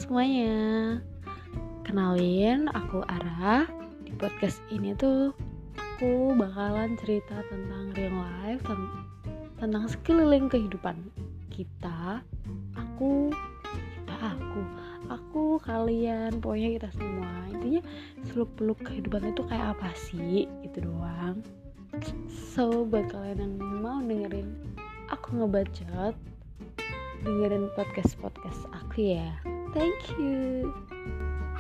semuanya, kenalin aku Ara. Di podcast ini tuh aku bakalan cerita tentang real life, tentang sekeliling kehidupan kita, aku, kalian, pokoknya kita semua. Intinya seluk-beluk kehidupan itu kayak apa sih, gitu doang. So, buat kalian yang mau dengerin aku ngebacot, dengerin podcast aku ya. Thank you.